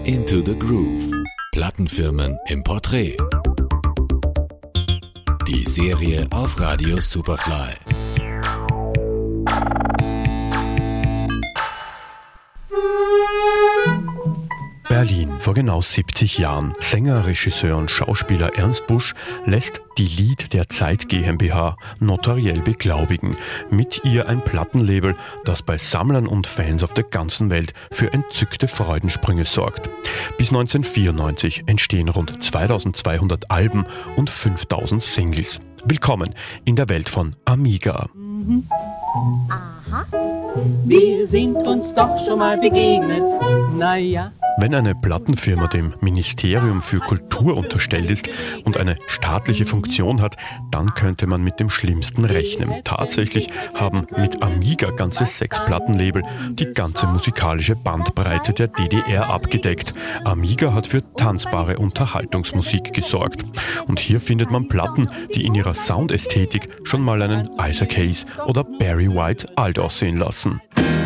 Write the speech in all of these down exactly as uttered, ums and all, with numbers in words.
Into the Groove. Plattenfirmen im Porträt. Die Serie auf Radio Superfly. Berlin vor genau siebzig Jahren. Sänger, Regisseur und Schauspieler Ernst Busch lässt die Lied der Zeit GmbH notariell beglaubigen. Mit ihr ein Plattenlabel, das bei Sammlern und Fans auf der ganzen Welt für entzückte Freudensprünge sorgt. Bis neunzehnhundertvierundneunzig entstehen rund zweitausendzweihundert Alben und fünftausend Singles. Willkommen in der Welt von Amiga. Mhm. Aha, wir sind uns doch schon mal begegnet, naja. Wenn eine Plattenfirma dem Ministerium für Kultur unterstellt ist und eine staatliche Funktion hat, dann könnte man mit dem Schlimmsten rechnen. Tatsächlich haben mit Amiga ganze sechs Plattenlabel die ganze musikalische Bandbreite der D D R abgedeckt. Amiga hat für tanzbare Unterhaltungsmusik gesorgt. Und hier findet man Platten, die in ihrer Soundästhetik schon mal einen Isaac Hayes oder Barry White alt aussehen lassen.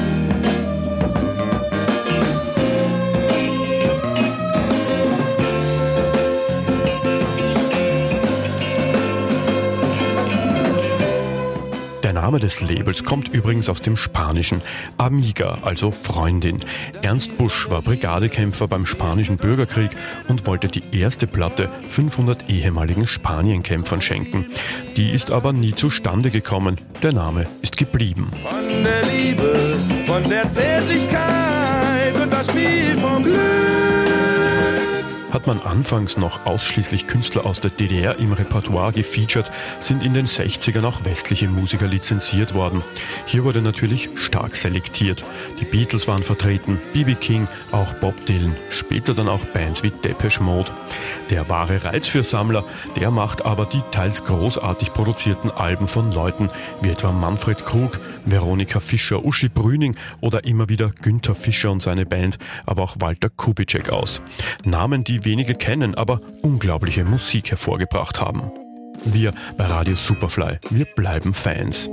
Der Name des Labels kommt übrigens aus dem Spanischen Amiga, also Freundin. Ernst Busch war Brigadekämpfer beim Spanischen Bürgerkrieg und wollte die erste Platte fünfhundert ehemaligen Spanienkämpfern schenken. Die ist aber nie zustande gekommen. Der Name ist geblieben. Von der Liebe, von der Zärtlichkeit und das Spiel vom Glück. Hat man anfangs noch ausschließlich Künstler aus der D D R im Repertoire gefeatured, sind in den sechzigern auch westliche Musiker lizenziert worden. Hier wurde natürlich stark selektiert. Die Beatles waren vertreten, B B King, auch Bob Dylan, später dann auch Bands wie Depeche Mode. Der wahre Reiz für Sammler, der macht aber die teils großartig produzierten Alben von Leuten wie etwa Manfred Krug, Veronika Fischer, Uschi Brüning oder immer wieder Günther Fischer und seine Band, aber auch Walter Kubitschek aus. Namen, die wenige kennen, aber unglaubliche Musik hervorgebracht haben. Wir bei Radio Superfly, wir bleiben Fans.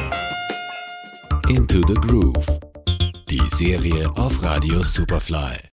Into the Groove. Die Serie auf Radio Superfly.